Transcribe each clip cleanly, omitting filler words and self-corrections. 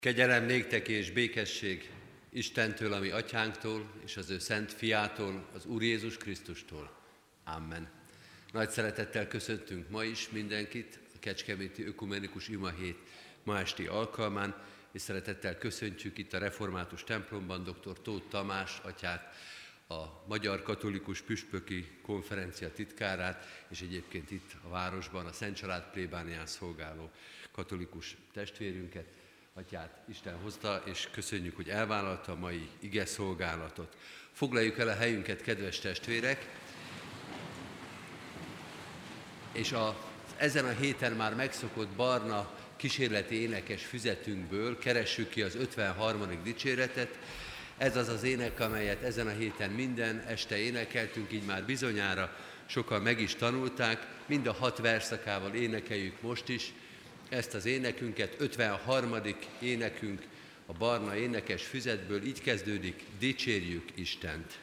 Kegyelem néktek és békesség Istentől, ami atyánktól, és az ő szent fiától, az Úr Jézus Krisztustól. Amen. Nagy szeretettel köszöntünk ma is mindenkit a Kecskeméti Ökumenikus Imahét ma esti alkalmán, és szeretettel köszöntjük itt a Református templomban dr. Tóth Tamás atyát, a Magyar Katolikus Püspöki Konferencia titkárát, és egyébként itt a városban a Szent Család plébánián szolgáló katolikus testvérünket. Atyát Isten hozta, és köszönjük, hogy elvállalta a mai ige szolgálatot. Foglaljuk el a helyünket, kedves testvérek, és ezen a héten már megszokott barna kísérleti énekes füzetünkből keressük ki az 53. dicséretet. Ez az az ének, amelyet ezen a héten minden este énekeltünk, így már bizonyára sokan meg is tanulták, mind a 6 verszakával énekeljük most is ezt az énekünket. 53. énekünk a barna énekes füzetből így kezdődik: dicsérjük Istent!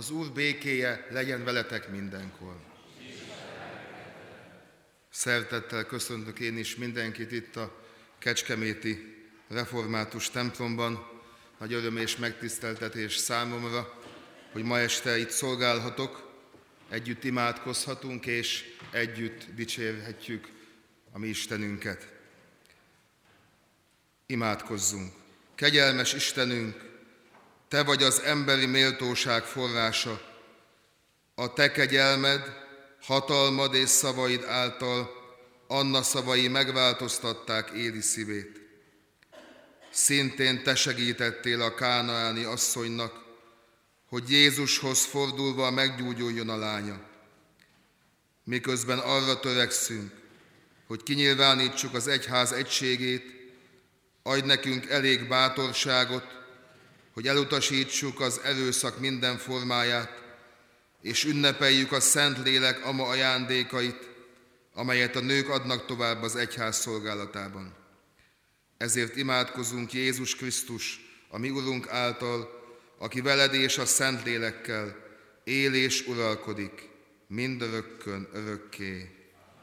Az Úr békéje legyen veletek mindenkor. Szeretettel köszöntök én is mindenkit itt a kecskeméti református templomban. Nagy öröm és megtiszteltetés számomra, hogy ma este itt szolgálhatok, együtt imádkozhatunk és együtt dicsérhetjük a mi Istenünket. Imádkozzunk! Kegyelmes Istenünk, Te vagy az emberi méltóság forrása. A Te kegyelmed, hatalmad és szavaid által Anna szavai megváltoztatták Éli szívét. Szintén Te segítettél a kánaáni asszonynak, hogy Jézushoz fordulva meggyógyuljon a lánya. Miközben arra törekszünk, hogy kinyilvánítsuk az egyház egységét, adj nekünk elég bátorságot, hogy elutasítsuk az erőszak minden formáját, és ünnepeljük a Szentlélek ama ajándékait, amelyet a nők adnak tovább az egyház szolgálatában. Ezért imádkozunk Jézus Krisztus, a mi Urunk által, aki veled és a Szentlélekkel él és uralkodik, mindörökkön örökké.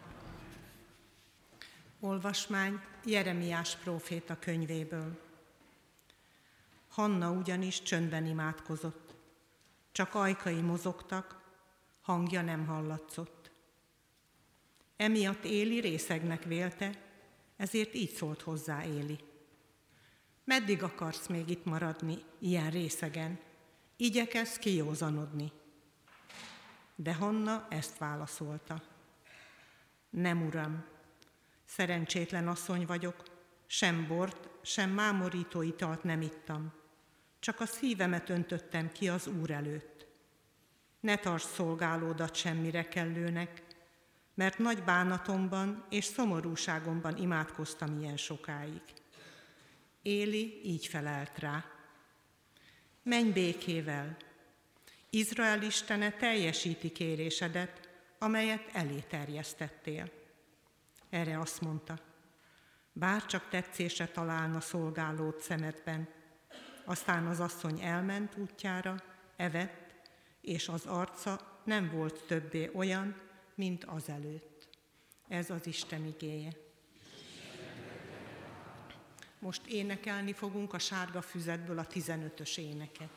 Olvasmány Jeremiás próféta könyvéből. Hanna ugyanis csöndben imádkozott, csak ajkai mozogtak, hangja nem hallatszott. Emiatt Éli részegnek vélte, ezért így szólt hozzá Éli. Meddig akarsz még itt maradni, ilyen részegen? Igyekezz kijózanodni. De Hanna ezt válaszolta. Nem, uram, szerencsétlen asszony vagyok, sem bort, sem mámorító italt nem ittam, csak a szívemet öntöttem ki az Úr előtt. Ne tartsd szolgálódat semmire kellőnek, mert nagy bánatomban és szomorúságomban imádkoztam ilyen sokáig. Éli így felelt rá. Menj békével, Izrael Istene teljesíti kérésedet, amelyet elé terjesztettél. Erre azt mondta, bárcsak tetszésre találna szolgálód szemedben. Aztán az asszony elment útjára, evett, és az arca nem volt többé olyan, mint azelőtt. Ez az Isten igéje. Most énekelni fogunk a Sárga füzetből a 15-ös éneket.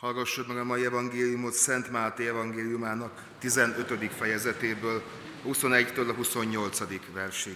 Hallgassuk meg a mai evangéliumot Szent Máté evangéliumának 15. fejezetéből, 21-től a 28. versig.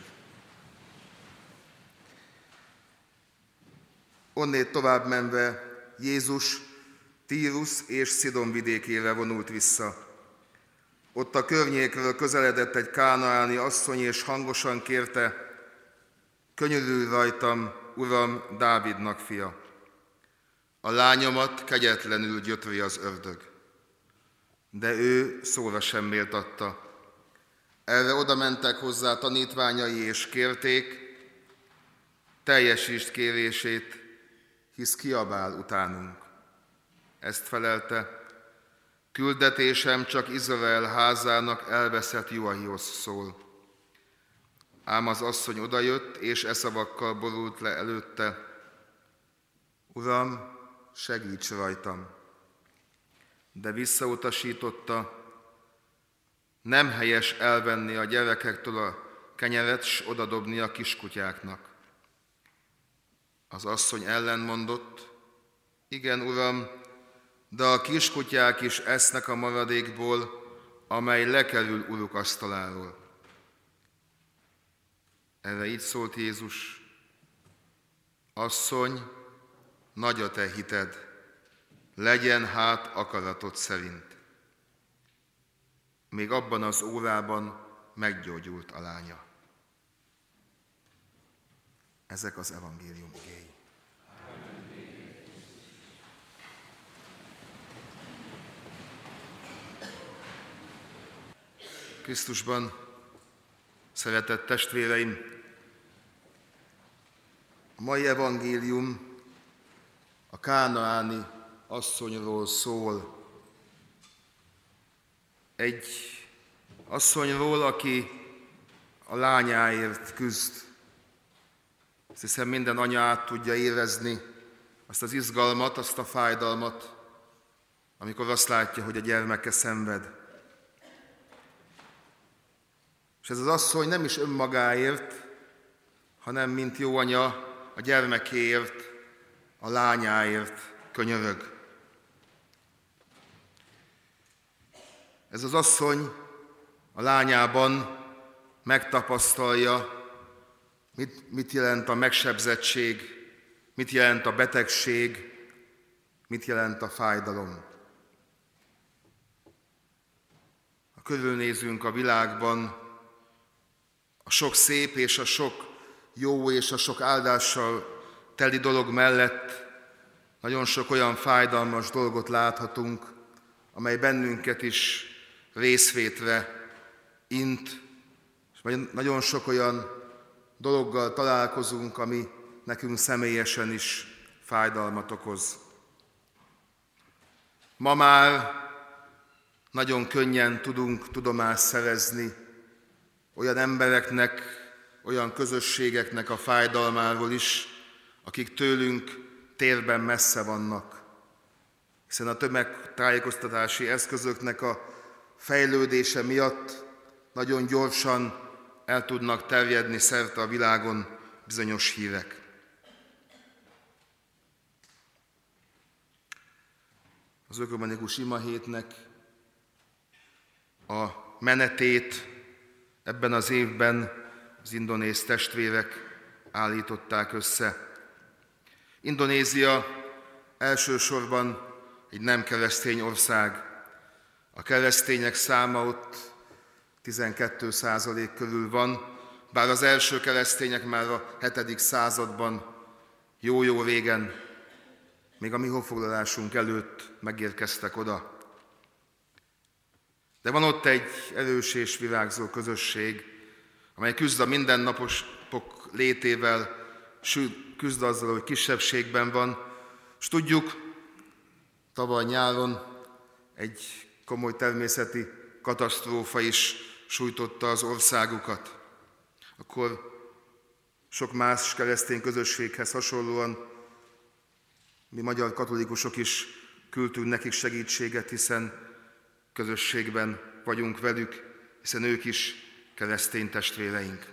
Onnét tovább menve Jézus Tírus és Szidon vidékére vonult vissza. Ott a környékről közeledett egy kánaáni asszony, és hangosan kérte: könyörülj rajtam, Uram, Dávidnak fia! A lányomat kegyetlenül gyötri az ördög. De ő szóra sem méltatta. Erre oda mentek hozzá tanítványai, és kérték: teljesítsd kérését, hisz kiabál utánunk. Ezt felelte: küldetésem csak Izrael házának elveszett juhaihoz szól. Ám az asszony odajött, és e szavakkal borult le előtte: Uram, segíts rajtam! De visszautasította: nem helyes elvenni a gyerekektől a kenyeret, s odadobni a kiskutyáknak. Az asszony ellenmondott: igen, Uram, de a kiskutyák is esznek a maradékból, amely lekerül uruk asztaláról. Erre így szólt Jézus: asszony, nagy a te hited, legyen hát akaratod szerint. Még abban az órában meggyógyult a lánya. Ezek az evangélium igéi. Krisztusban szeretett testvéreim, a mai evangélium a kánaáni asszonyról szól. Egy asszonyról, aki a lányáért küzd. Azt hiszem, minden anya át tudja érezni azt az izgalmat, azt a fájdalmat, amikor azt látja, hogy a gyermeke szenved. És ez az asszony nem is önmagáért, hanem mint jó anya a gyermekéért, a lányáért könyörög. Ez az asszony a lányában megtapasztalja, mit jelent a megsebzettség, mit jelent a betegség, mit jelent a fájdalom. Ha körülnézünk a világban, a sok szép és a sok jó és a sok áldással teli dolog mellett nagyon sok olyan fájdalmas dolgot láthatunk, amely bennünket is részvétre int, és nagyon sok olyan dologgal találkozunk, ami nekünk személyesen is fájdalmat okoz. Ma már nagyon könnyen tudunk tudomást szerezni olyan embereknek, olyan közösségeknek a fájdalmáról is, akik tőlünk térben messze vannak. Hiszen a tömegtájékoztatási eszközöknek a fejlődése miatt nagyon gyorsan el tudnak terjedni szerte a világon bizonyos hírek. Az ökumenikus imahétnek a menetét ebben az évben az indonéz testvérek állították össze. Indonézia elsősorban egy nem keresztény ország. A keresztények száma ott 12% körül van, bár az első keresztények már a 7. században, jó-jó régen, még a mi honfoglalásunk előtt megérkeztek oda. De van ott egy erős és virágzó közösség, amely küzd a mindennapok létével, küzd azzal, hogy kisebbségben van, és tudjuk, tavaly nyáron egy komoly természeti katasztrófa is sújtotta az országukat. Akkor sok más keresztény közösséghez hasonlóan mi magyar katolikusok is küldtünk nekik segítséget, hiszen közösségben vagyunk velük, hiszen ők is keresztény testvéreink.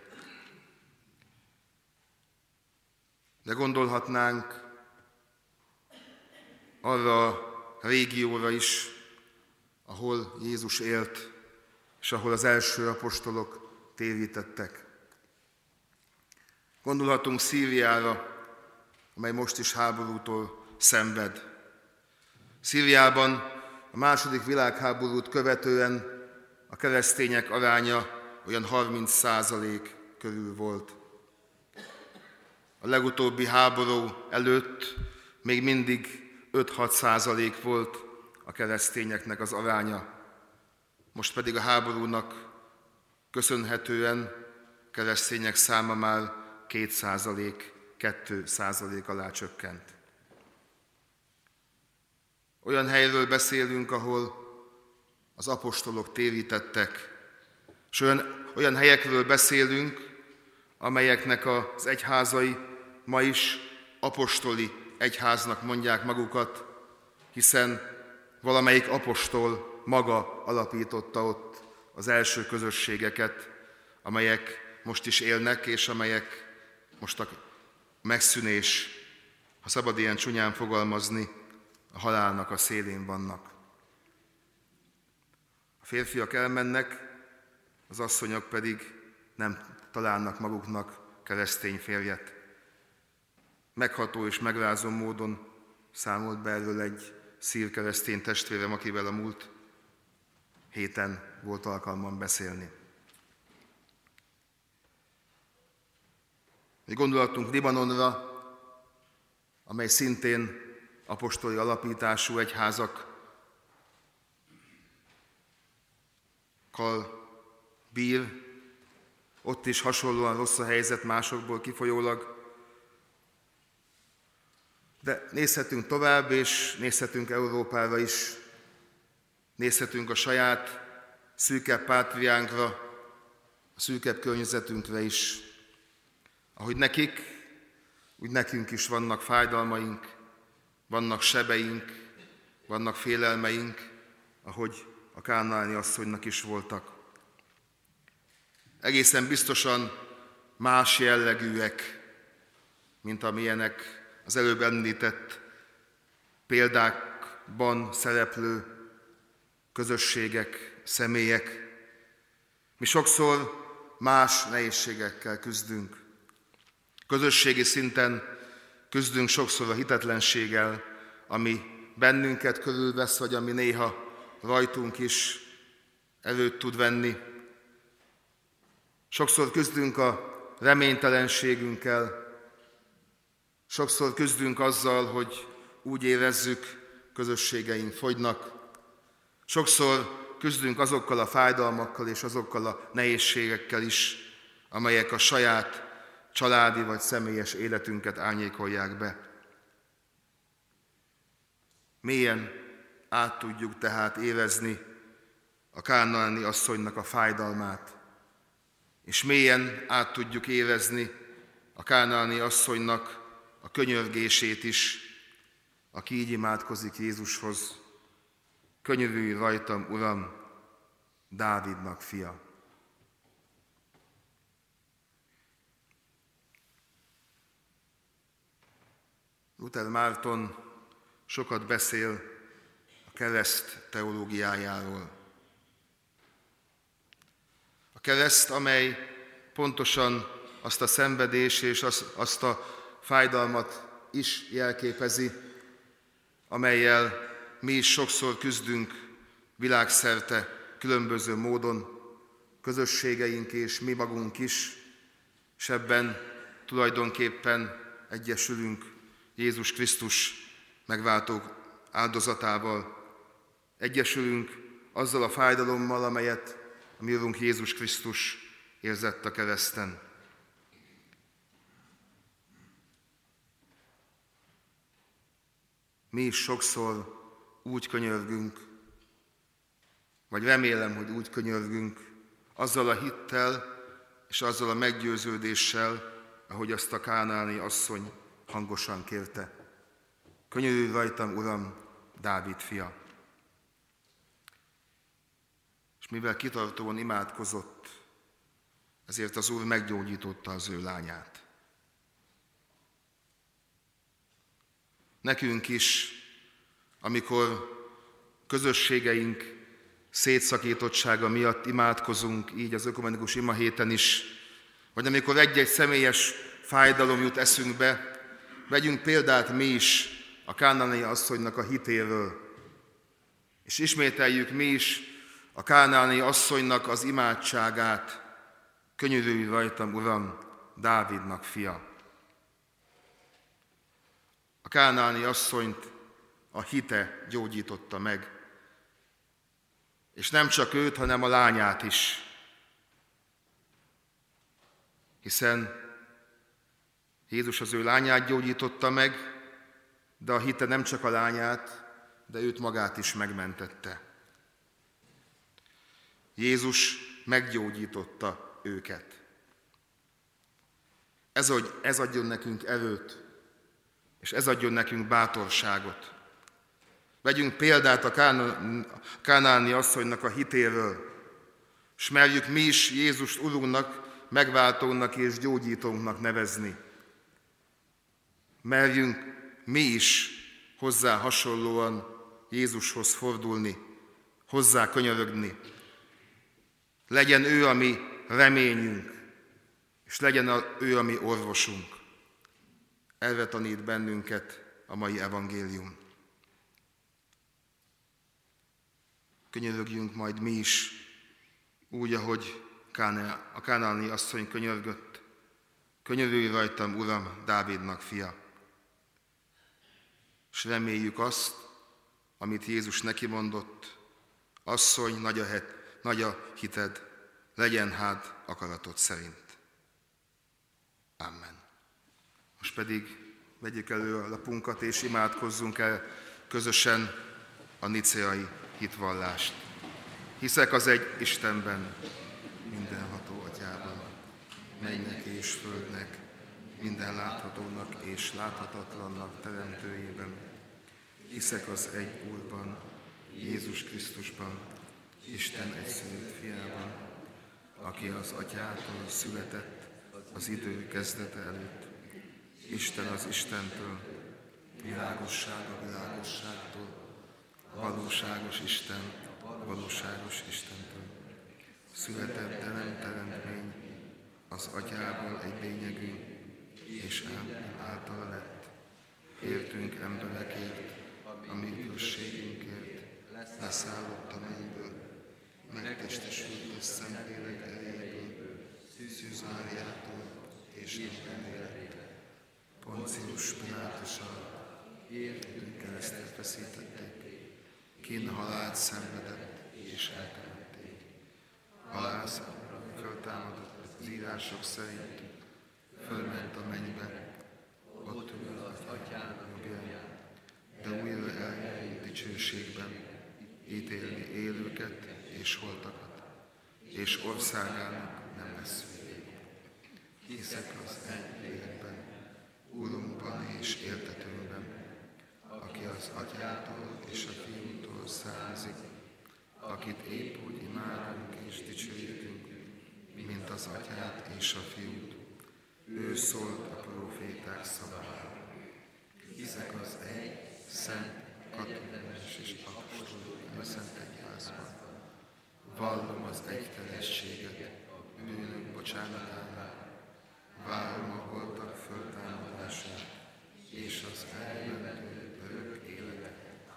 De gondolhatnánk arra régióra is, ahol Jézus élt, és ahol az első apostolok térítettek. Gondolhatunk Szíriára, amely most is háborútól szenved. Szíriában a második világháborút követően a keresztények aránya olyan 30% körül volt. A legutóbbi háború előtt még mindig 5-6% volt a keresztényeknek az aránya. Most pedig a háborúnak köszönhetően keresztények száma már 2% alá csökkent. Olyan helyről beszélünk, ahol az apostolok térítettek, és olyan helyekről beszélünk, amelyeknek az egyházai ma is apostoli egyháznak mondják magukat, hiszen valamelyik apostol maga alapította ott az első közösségeket, amelyek most is élnek, és amelyek most a megszűnés, ha szabad ilyen csúnyán fogalmazni, a halálnak a szélén vannak. A férfiak elmennek, az asszonyok pedig nem találnak maguknak keresztény férjet. Megható és megrázó módon számolt be erről egy szír keresztény testvérem, akivel a múlt héten volt alkalmam beszélni. Egy gondolatunk Libanonra, amely szintén apostoli alapítású egyházakkal bír, ott is hasonlóan rossz a helyzet másokból kifolyólag, de nézhetünk tovább, és nézhetünk Európára is, nézhetünk a saját szűkebb pátriánkra, a szűkebb környezetünkre is. Ahogy nekik, úgy nekünk is vannak fájdalmaink, vannak sebeink, vannak félelmeink, ahogy a kánaáni asszonynak is voltak. Egészen biztosan más jellegűek, mint amilyenek az előbb említett példákban szereplő közösségek, személyek. Mi sokszor más nehézségekkel küzdünk. Közösségi szinten küzdünk sokszor a hitetlenséggel, ami bennünket körülvesz, vagy ami néha rajtunk is előtt tud venni. Sokszor küzdünk a reménytelenségünkkel, sokszor küzdünk azzal, hogy úgy érezzük, közösségeink fogynak. Sokszor küzdünk azokkal a fájdalmakkal és azokkal a nehézségekkel is, amelyek a saját családi vagy személyes életünket árnyékolják be. Mélyen át tudjuk tehát érezni a kánaáni asszonynak a fájdalmát, és mélyen át tudjuk érezni a kánaáni asszonynak a könyörgését is, aki így imádkozik Jézushoz: könyörülj rajtam, Uram, Dávidnak fia. Luther Márton sokat beszél a kereszt teológiájáról. A kereszt, amely pontosan azt a szenvedés és azt a fájdalmat is jelképezi, amellyel mi is sokszor küzdünk világszerte különböző módon, közösségeink és mi magunk is, és ebben tulajdonképpen egyesülünk Jézus Krisztus megváltó áldozatával. Egyesülünk azzal a fájdalommal, amelyet a mi Urunk Jézus Krisztus érzett a kereszten. Mi is sokszor úgy könyörgünk, vagy remélem, hogy úgy könyörgünk, azzal a hittel és azzal a meggyőződéssel, ahogy azt a kánaáni asszony hangosan kérte: könyörülj rajtam, Uram, Dávid fia. És mivel kitartóan imádkozott, ezért az Úr meggyógyította az ő lányát. Nekünk is amikor közösségeink szétszakítottsága miatt imádkozunk, így az ökumenikus imahéten is, vagy amikor egy-egy személyes fájdalom jut eszünkbe, vegyünk példát mi is a kánaánai asszonynak a hitéről, és ismételjük mi is a kánaánai asszonynak az imádságát: könyörülj rajtam, Uram, Dávidnak fia. A kánaáni asszonyt a hite gyógyította meg, és nem csak őt, hanem a lányát is, hiszen Jézus az ő lányát gyógyította meg, de a hite nem csak a lányát, de őt magát is megmentette. Jézus meggyógyította őket. Ez adjon nekünk erőt, és ez adjon nekünk bátorságot. Vegyünk példát a kánaáni asszonynak a hitéről, és merjük mi is Jézust Urunknak, megváltónak és gyógyítónknak nevezni. Merjünk mi is hozzá hasonlóan Jézushoz fordulni, hozzá könyörögni. Legyen ő a mi reményünk, és legyen ő a mi orvosunk. Erre tanít bennünket a mai evangélium. Könyörögjünk majd mi is, úgy, ahogy a kánaáni asszony könyörgött: könyörülj rajtam, Uram, Dávidnak fia. És reméljük azt, amit Jézus neki mondott: asszony, nagy a hited, legyen hát akaratod szerint. Amen. Most pedig vegyük elő a lapunkat, és imádkozzunk el közösen a niceai hitvallást. Hiszek az egy Istenben, mindenható Atyában, mennynek és földnek, minden láthatónak és láthatatlannak teremtőjében. Hiszek az egy Úrban, Jézus Krisztusban, Isten egyszülött fiában, aki az Atyától született az idő kezdete előtt. Isten az Istentől, világosság a világosságtól, valóságos Isten, valóságos Istentől. Született, de nem teremtmény, az Atyából egy lényegű, és általa lett. Értünk emberekért, a mi üdvösségünkért, leszállott a mennyből, megtestesült a Szentlélek erejéből, Szűz Máriától, és emberné lett. Poncius Pilátussal, értünk keresztet feszítették, kín halált szenvedett, és eltemették. Halálszabra föltámadott az írások szerint, fölment a mennybe, ott ül az Atyának jobbján, de újra eljön dicsőségben, ítélni élőket és holtakat, és országának nem lesz vége. Hiszek az egy lélekben, Úrunkban és éltetőnkben, aki az Atyától és a Fiútól származik, akit épp úgy imádunk és dicsőítünk, mint az Atyát és a Fiút. Ő szólt a próféták szavával. Hiszek az egy, szent, katolikus és apostolikus szent egyházban. Vallom az egytelenséget, bűnök bocsánatánál, várom a holtak föltámadását, és az eljövendő örök életet.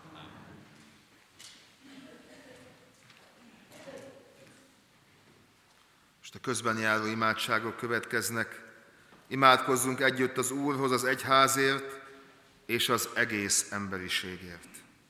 Most a közben járó imádságok következnek. Imádkozzunk együtt az Úrhoz az egyházért és az egész emberiségért.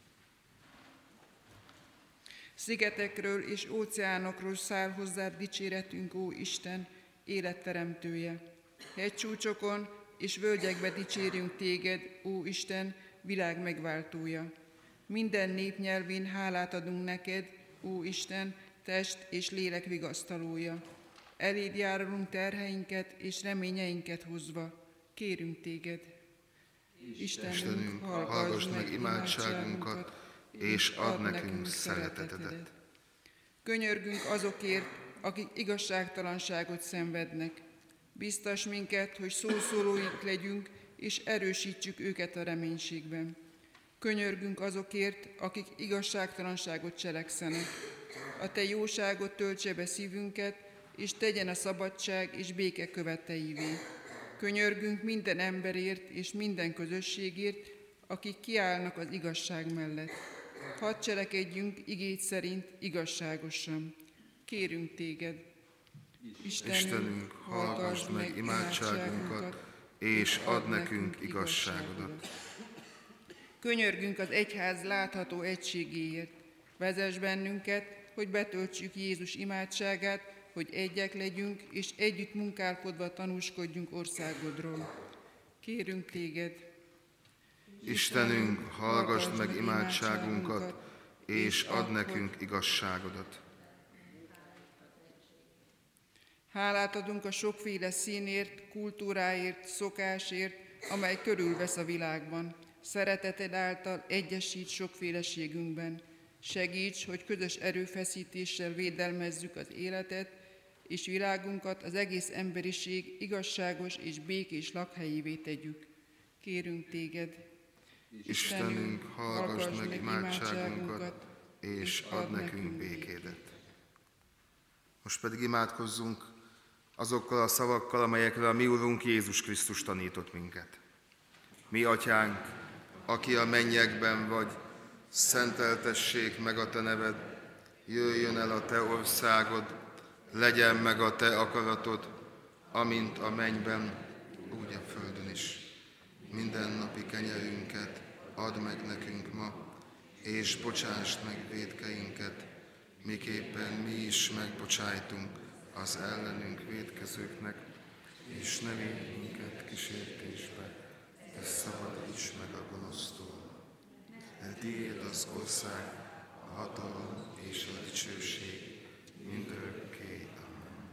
Szigetekről és óceánokról száll hozzád dicséretünk, ó Isten, életteremtője. Hegycsúcsokon és völgyekbe dicsérünk téged, ó Isten, világ megváltója. Minden nép nyelvén hálát adunk neked, ó Isten, test és lélek vigasztalója. Eléd járulunk terheinket és reményeinket hozva, kérünk téged. Istenünk, hallgass meg imádságunkat, és add nekünk szeretetedet. Könyörgünk azokért, akik igazságtalanságot szenvednek. Biztas minket, hogy szószólóink legyünk, és erősítsük őket a reménységben. Könyörgünk azokért, akik igazságtalanságot cselekszenek. A Te jóságot töltse be szívünket, és tegyen a szabadság és béke követeivé. Könyörgünk minden emberért és minden közösségért, akik kiállnak az igazság mellett. Hadd cselekedjünk igéd szerint igazságosan. Kérünk Téged. Istenünk, hallgass meg imádságunkat, és add nekünk igazságodat. Könyörgünk az egyház látható egységéért. Vezess bennünket, hogy betöltsük Jézus imádságát, hogy egyek legyünk, és együtt munkálkodva tanúskodjunk országodról. Kérünk Téged. Istenünk, hallgass meg imádságunkat, és add nekünk igazságodat. Hálát adunk a sokféle színért, kultúráért, szokásért, amely körülvesz a világban. Szereteted által egyesít sokféleségünkben. Segíts, hogy közös erőfeszítéssel védelmezzük az életet, és világunkat az egész emberiség igazságos és békés lakhelyévé tegyük. Kérünk Téged. Istenünk, hallgass meg imádságunkat, és add nekünk békédet. Most pedig imádkozzunk azokkal a szavakkal, amelyekre a mi Urunk Jézus Krisztus tanított minket. Mi Atyánk, aki a mennyekben vagy, szenteltessék meg a Te neved, jöjjön el a Te országod, legyen meg a Te akaratod, amint a mennyben, úgy a földön is. Mindennapi kenyerünket add meg nekünk ma, és bocsásd meg vétkeinket, miképpen mi is megbocsájtunk az ellenünk vétkezőknek, és ne vigy minket kísértésbe, de szabadíts meg a gonosztól. Mert tiéd az ország, a hatalom és a dicsőség mindörökké. Amen.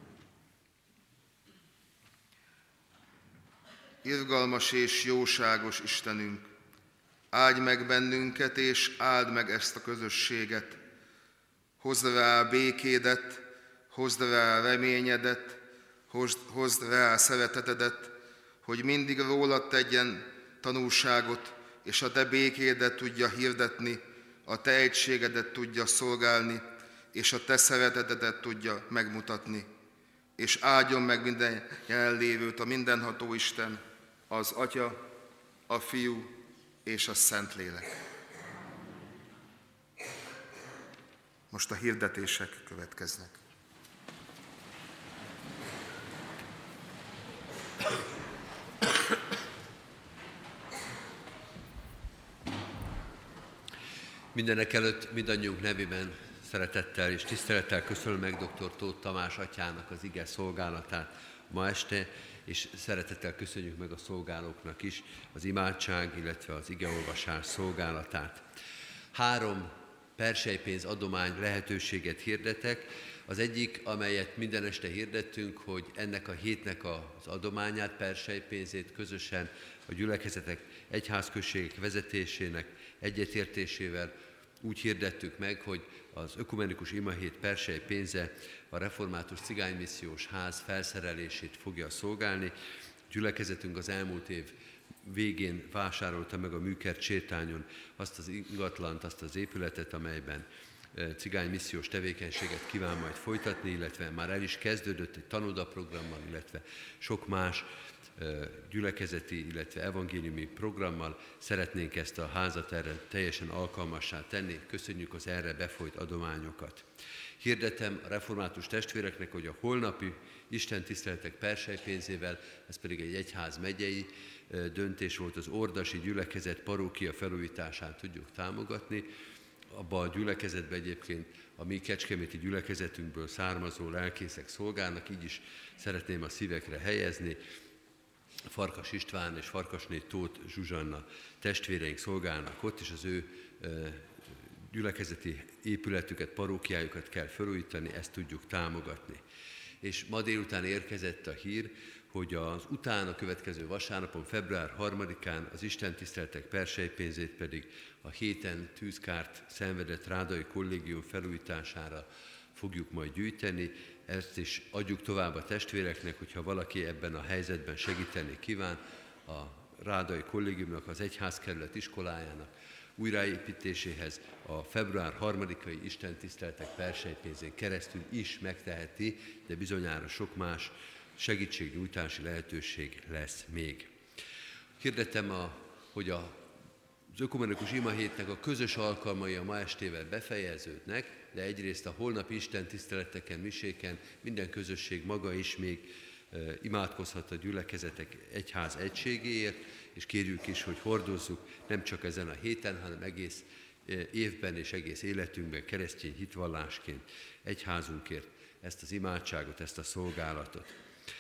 Irgalmas és jóságos Istenünk, áldj meg bennünket, és áld meg ezt a közösséget. Hozd rá békédet, hozd rá reményedet, hozd rá szeretetedet, hogy mindig rólad tegyen tanúságot, és a Te békédet tudja hirdetni, a Te egységedet tudja szolgálni, és a Te szeretetedet tudja megmutatni. És áldjon meg minden jelenlévőt a mindenható Isten, az Atya, a Fiú és a Szentlélek. Most a hirdetések következnek. Mindenek előtt mindannyiunk nevében szeretettel és tisztelettel köszönöm meg dr. Tóth Tamás atyának az ige szolgálatát ma este, és szeretettel köszönjük meg a szolgálóknak is az imádság, illetve az igeolvasás szolgálatát. 3 perselypénz adomány lehetőséget hirdetek. Az egyik, amelyet minden este hirdettünk, hogy ennek a hétnek az adományát, perselypénzét közösen a gyülekezetek, egyházközségek vezetésének egyetértésével úgy hirdettük meg, hogy az ökumenikus imahét perselypénze a református cigánymissziós ház felszerelését fogja szolgálni. Gyülekezetünk az elmúlt év végén vásárolta meg a Műkert sétányon azt az ingatlant, azt az épületet, amelyben cigánymissziós tevékenységet kíván majd folytatni, illetve már el is kezdődött egy tanodaprogrammal, illetve sok más gyülekezeti, illetve evangéliumi programmal szeretnénk ezt a házat erre teljesen alkalmassá tenni. Köszönjük az erre befolyt adományokat. Hirdetem a református testvéreknek, hogy a holnapi istentiszteletek perselypénzével, ez pedig egy egyház megyei döntés volt, az ordasi gyülekezet parókia felújítását tudjuk támogatni. Abban a gyülekezetben egyébként a mi kecskeméti gyülekezetünkből származó lelkészek szolgálnak, így is szeretném a szívekre helyezni. Farkas István és Farkasné Tóth Zsuzsanna testvéreink szolgálnak ott, és az ő gyülekezeti épületüket, parókiájukat kell felújítani, ezt tudjuk támogatni. És ma délután érkezett a hír, hogy az utána következő vasárnapon, február 3-án az istentiszteletek perselypénzét pedig a héten tűzkárt szenvedett Rádai Kollégium felújítására fogjuk majd gyűjteni. Ezt is adjuk tovább a testvéreknek, hogyha valaki ebben a helyzetben segíteni kíván, a Rádai Kollégiumnak, az egyházkerület iskolájának, újraépítéséhez a február 3-ai istentiszteletek persejpénzén keresztül is megteheti, de bizonyára sok más segítségnyújtási lehetőség lesz még. Hirdetem, hogy az ökumenikus imahétnek a közös alkalmai a ma estével befejeződnek, de egyrészt a holnapi istentiszteleteken, miséken minden közösség maga is még imádkozhat a gyülekezetek egyház egységéért, és kérjük is, hogy hordozzuk nem csak ezen a héten, hanem egész évben és egész életünkben keresztény hitvallásként egyházunkért ezt az imádságot, ezt a szolgálatot.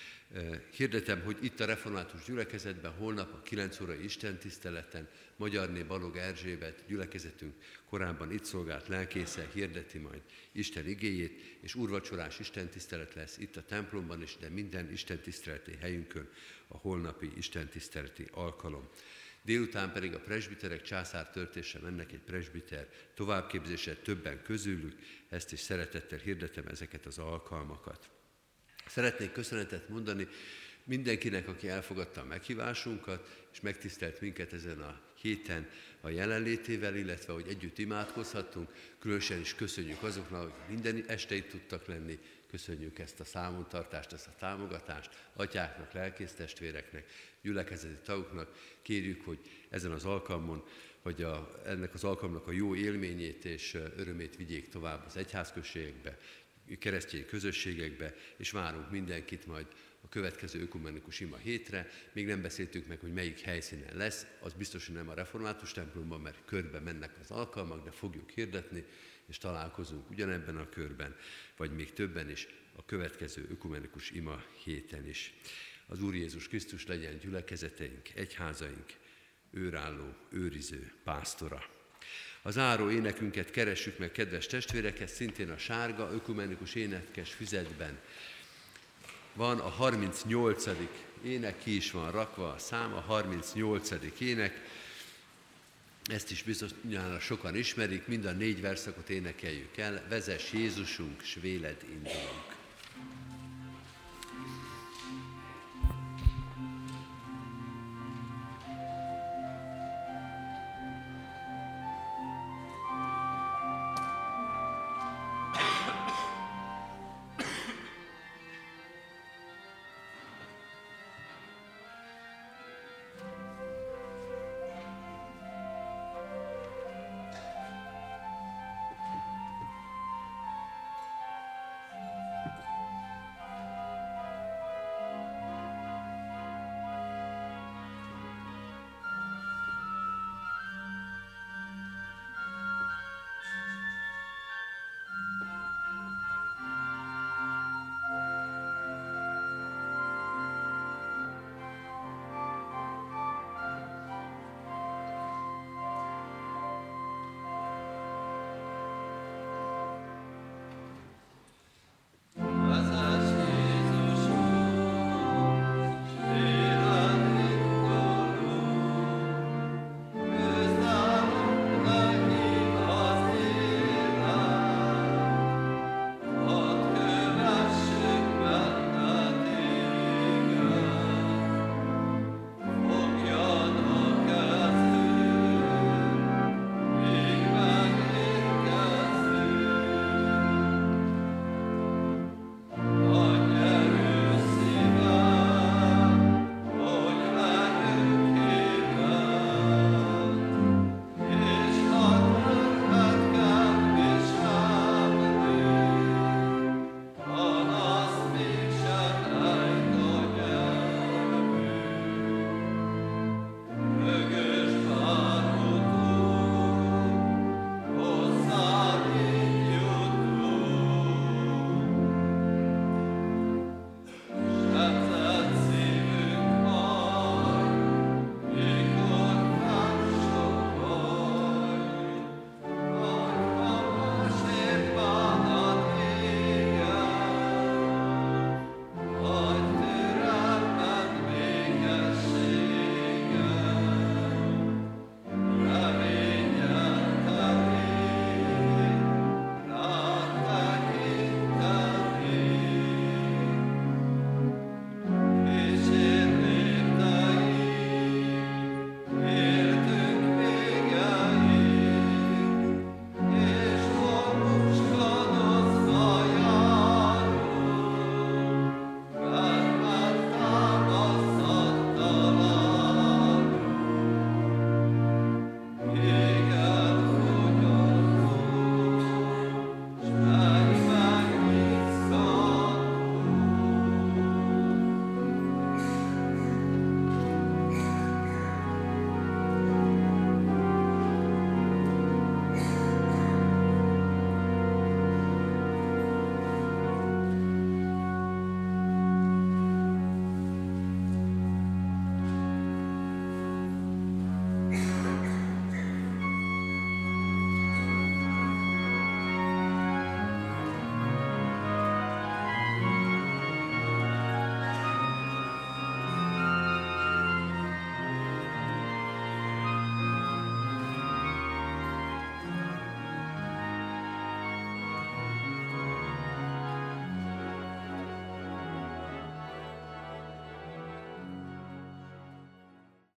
Hirdetem, hogy itt a református gyülekezetben holnap a 9 órai istentiszteleten Magyarné Balog Erzsébet gyülekezetünk korábban itt szolgált lelkésze hirdeti majd Isten igéjét, és úrvacsorás istentisztelet lesz itt a templomban is, de minden istentiszteleti helyünkön a holnapi istentiszteleti alkalom. Délután pedig a presbiterek császártörtése mennek egy presbiter továbbképzésre, többen közülük, ezt is szeretettel hirdetem ezeket az alkalmakat. Szeretnék köszönetet mondani mindenkinek, aki elfogadta a meghívásunkat, és megtisztelt minket ezen a héten a jelenlétével, illetve hogy együtt imádkozhattunk. Különösen is köszönjük azoknak, akik minden este itt tudtak lenni. Köszönjük ezt a számontartást, ezt a támogatást atyáknak, lelkésztestvéreknek, gyülekezeti tagoknak. Kérjük, hogy ezen az alkalmon, hogy ennek az alkalomnak a jó élményét és örömét vigyék tovább az egyházközségekbe, keresztény közösségekbe, és várunk mindenkit majd a következő ökumenikus ima hétre. Még nem beszéltük meg, hogy melyik helyszínen lesz, az biztos, hogy nem a református templomban, mert körbe mennek az alkalmak, de fogjuk hirdetni, és találkozunk ugyanebben a körben, vagy még többen is a következő ökumenikus ima héten is. Az Úr Jézus Krisztus legyen gyülekezeteink, egyházaink őrálló, őriző pásztora. A záró énekünket keressük meg, kedves testvérek, ez szintén a sárga ökumenikus énekes füzetben van, a 38. ének, ki is van rakva a szám, a 38. ének, ezt is bizonyára sokan ismerik, mind a 4 verszakot énekeljük el, vezess Jézusunk, s véled indulunk.